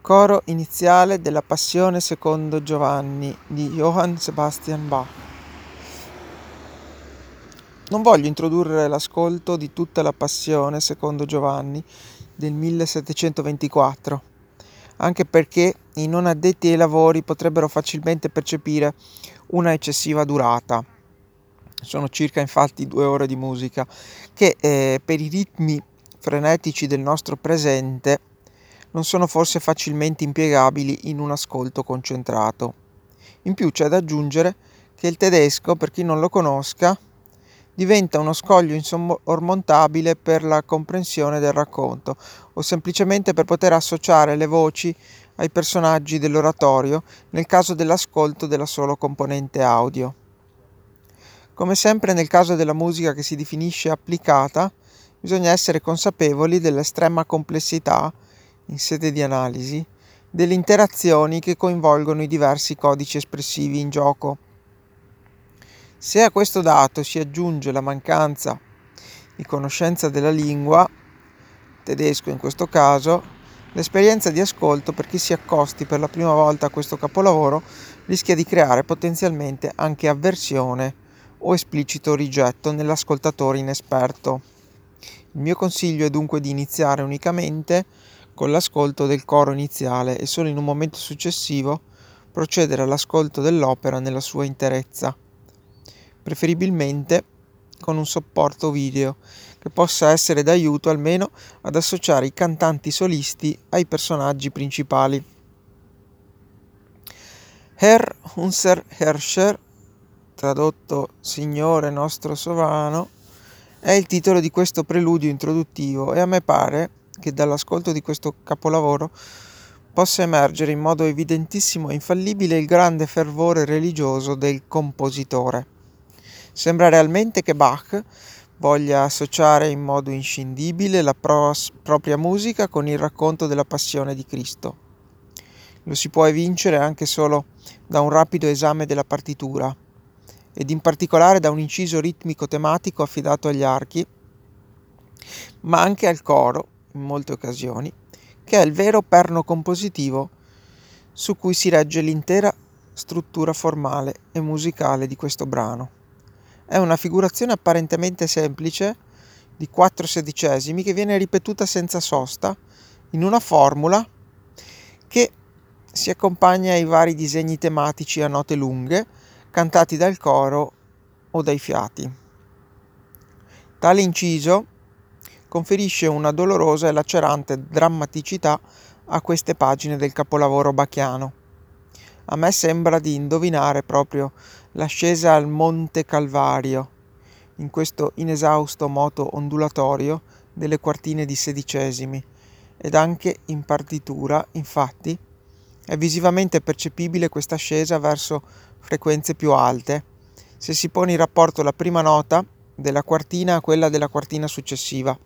Coro iniziale della Passione secondo Giovanni di Johann Sebastian Bach. Non voglio introdurre l'ascolto di tutta la Passione secondo Giovanni del 1724, anche perché i non addetti ai lavori potrebbero facilmente percepire una eccessiva durata. Sono circa infatti 2 ore di musica che per i ritmi frenetici del nostro presente non sono forse facilmente impiegabili in un ascolto concentrato. In più c'è da aggiungere che il tedesco, per chi non lo conosca, diventa uno scoglio insormontabile per la comprensione del racconto o semplicemente per poter associare le voci ai personaggi dell'oratorio nel caso dell'ascolto della sola componente audio. Come sempre nel caso della musica che si definisce applicata, bisogna essere consapevoli dell'estrema complessità, in sede di analisi, delle interazioni che coinvolgono i diversi codici espressivi in gioco. Se a questo dato si aggiunge la mancanza di conoscenza della lingua, tedesco in questo caso, l'esperienza di ascolto per chi si accosti per la prima volta a questo capolavoro rischia di creare potenzialmente anche avversione o esplicito rigetto nell'ascoltatore inesperto. Il mio consiglio è dunque di iniziare unicamente con l'ascolto del coro iniziale e solo in un momento successivo procedere all'ascolto dell'opera nella sua interezza, preferibilmente con un supporto video che possa essere d'aiuto almeno ad associare i cantanti solisti ai personaggi principali. Herr unser Herrscher, tradotto Signore nostro sovrano, è il titolo di questo preludio introduttivo e a me pare che dall'ascolto di questo capolavoro possa emergere in modo evidentissimo e infallibile il grande fervore religioso del compositore. Sembra realmente che Bach voglia associare in modo inscindibile la propria musica con il racconto della passione di Cristo. Lo si può evincere anche solo da un rapido esame della partitura ed in particolare da un inciso ritmico tematico affidato agli archi, ma anche al coro, in molte occasioni, che è il vero perno compositivo su cui si regge l'intera struttura formale e musicale di questo brano. È una figurazione apparentemente semplice di 4/16 che viene ripetuta senza sosta in una formula che si accompagna ai vari disegni tematici a note lunghe cantati dal coro o dai fiati. Tale inciso conferisce una dolorosa e lacerante drammaticità a queste pagine del capolavoro bachiano. A me sembra di indovinare proprio l'ascesa al Monte Calvario, in questo inesausto moto ondulatorio delle quartine di sedicesimi, ed anche in partitura, infatti, è visivamente percepibile questa ascesa verso frequenze più alte, se si pone in rapporto la prima nota della quartina a quella della quartina successiva.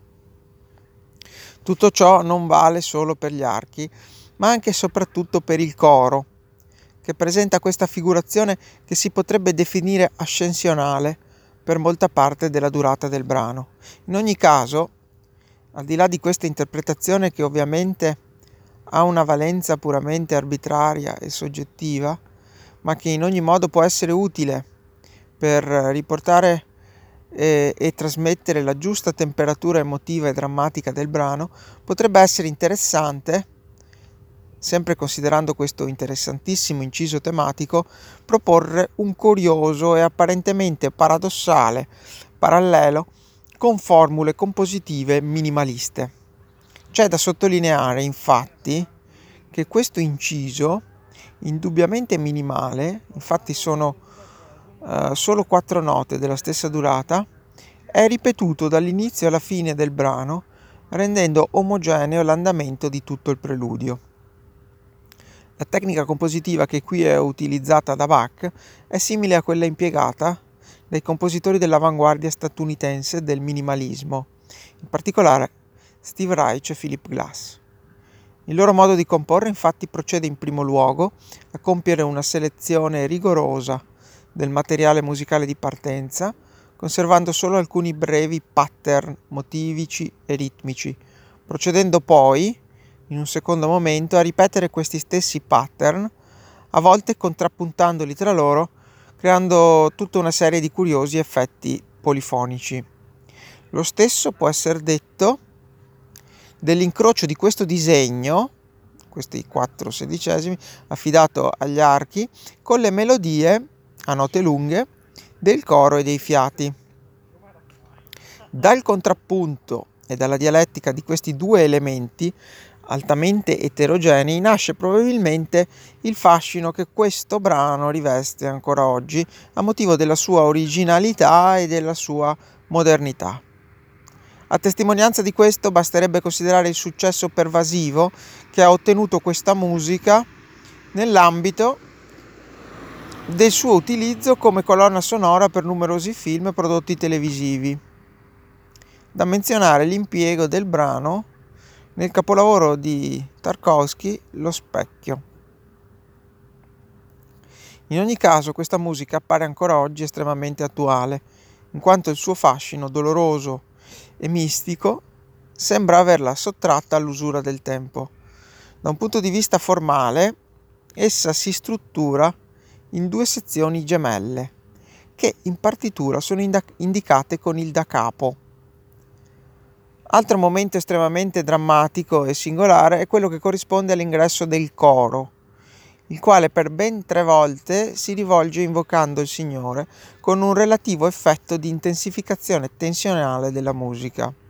Tutto ciò non vale solo per gli archi, ma anche e soprattutto per il coro, che presenta questa figurazione che si potrebbe definire ascensionale per molta parte della durata del brano. In ogni caso, al di là di questa interpretazione che ovviamente ha una valenza puramente arbitraria e soggettiva, ma che in ogni modo può essere utile per riportare e trasmettere la giusta temperatura emotiva e drammatica del brano, potrebbe essere interessante, sempre considerando questo interessantissimo inciso tematico, proporre un curioso e apparentemente paradossale parallelo con formule compositive minimaliste. C'è da sottolineare, infatti, che questo inciso, indubbiamente minimale, infatti sono solo 4 note della stessa durata, è ripetuto dall'inizio alla fine del brano, rendendo omogeneo l'andamento di tutto il preludio. La tecnica compositiva che qui è utilizzata da Bach è simile a quella impiegata dai compositori dell'avanguardia statunitense del minimalismo, in particolare Steve Reich e Philip Glass. Il loro modo di comporre infatti procede in primo luogo a compiere una selezione rigorosa del materiale musicale di partenza, conservando solo alcuni brevi pattern motivici e ritmici, procedendo poi, in un secondo momento, a ripetere questi stessi pattern, a volte contrappuntandoli tra loro, creando tutta una serie di curiosi effetti polifonici. Lo stesso può essere detto dell'incrocio di questo disegno, questi 4/16, affidato agli archi, con le melodie a note lunghe del coro e dei fiati. Dal contrappunto e dalla dialettica di questi due elementi altamente eterogenei nasce probabilmente il fascino che questo brano riveste ancora oggi a motivo della sua originalità e della sua modernità. A testimonianza di questo basterebbe considerare il successo pervasivo che ha ottenuto questa musica nell'ambito del suo utilizzo come colonna sonora per numerosi film e prodotti televisivi. Da menzionare l'impiego del brano nel capolavoro di Tarkovsky, Lo specchio. In ogni caso, questa musica appare ancora oggi estremamente attuale, in quanto il suo fascino doloroso e mistico sembra averla sottratta all'usura del tempo. Da un punto di vista formale, essa si struttura in due sezioni gemelle, che in partitura sono indicate con il da capo. Altro momento estremamente drammatico e singolare è quello che corrisponde all'ingresso del coro, il quale per ben 3 volte si rivolge invocando il Signore con un relativo effetto di intensificazione tensionale della musica.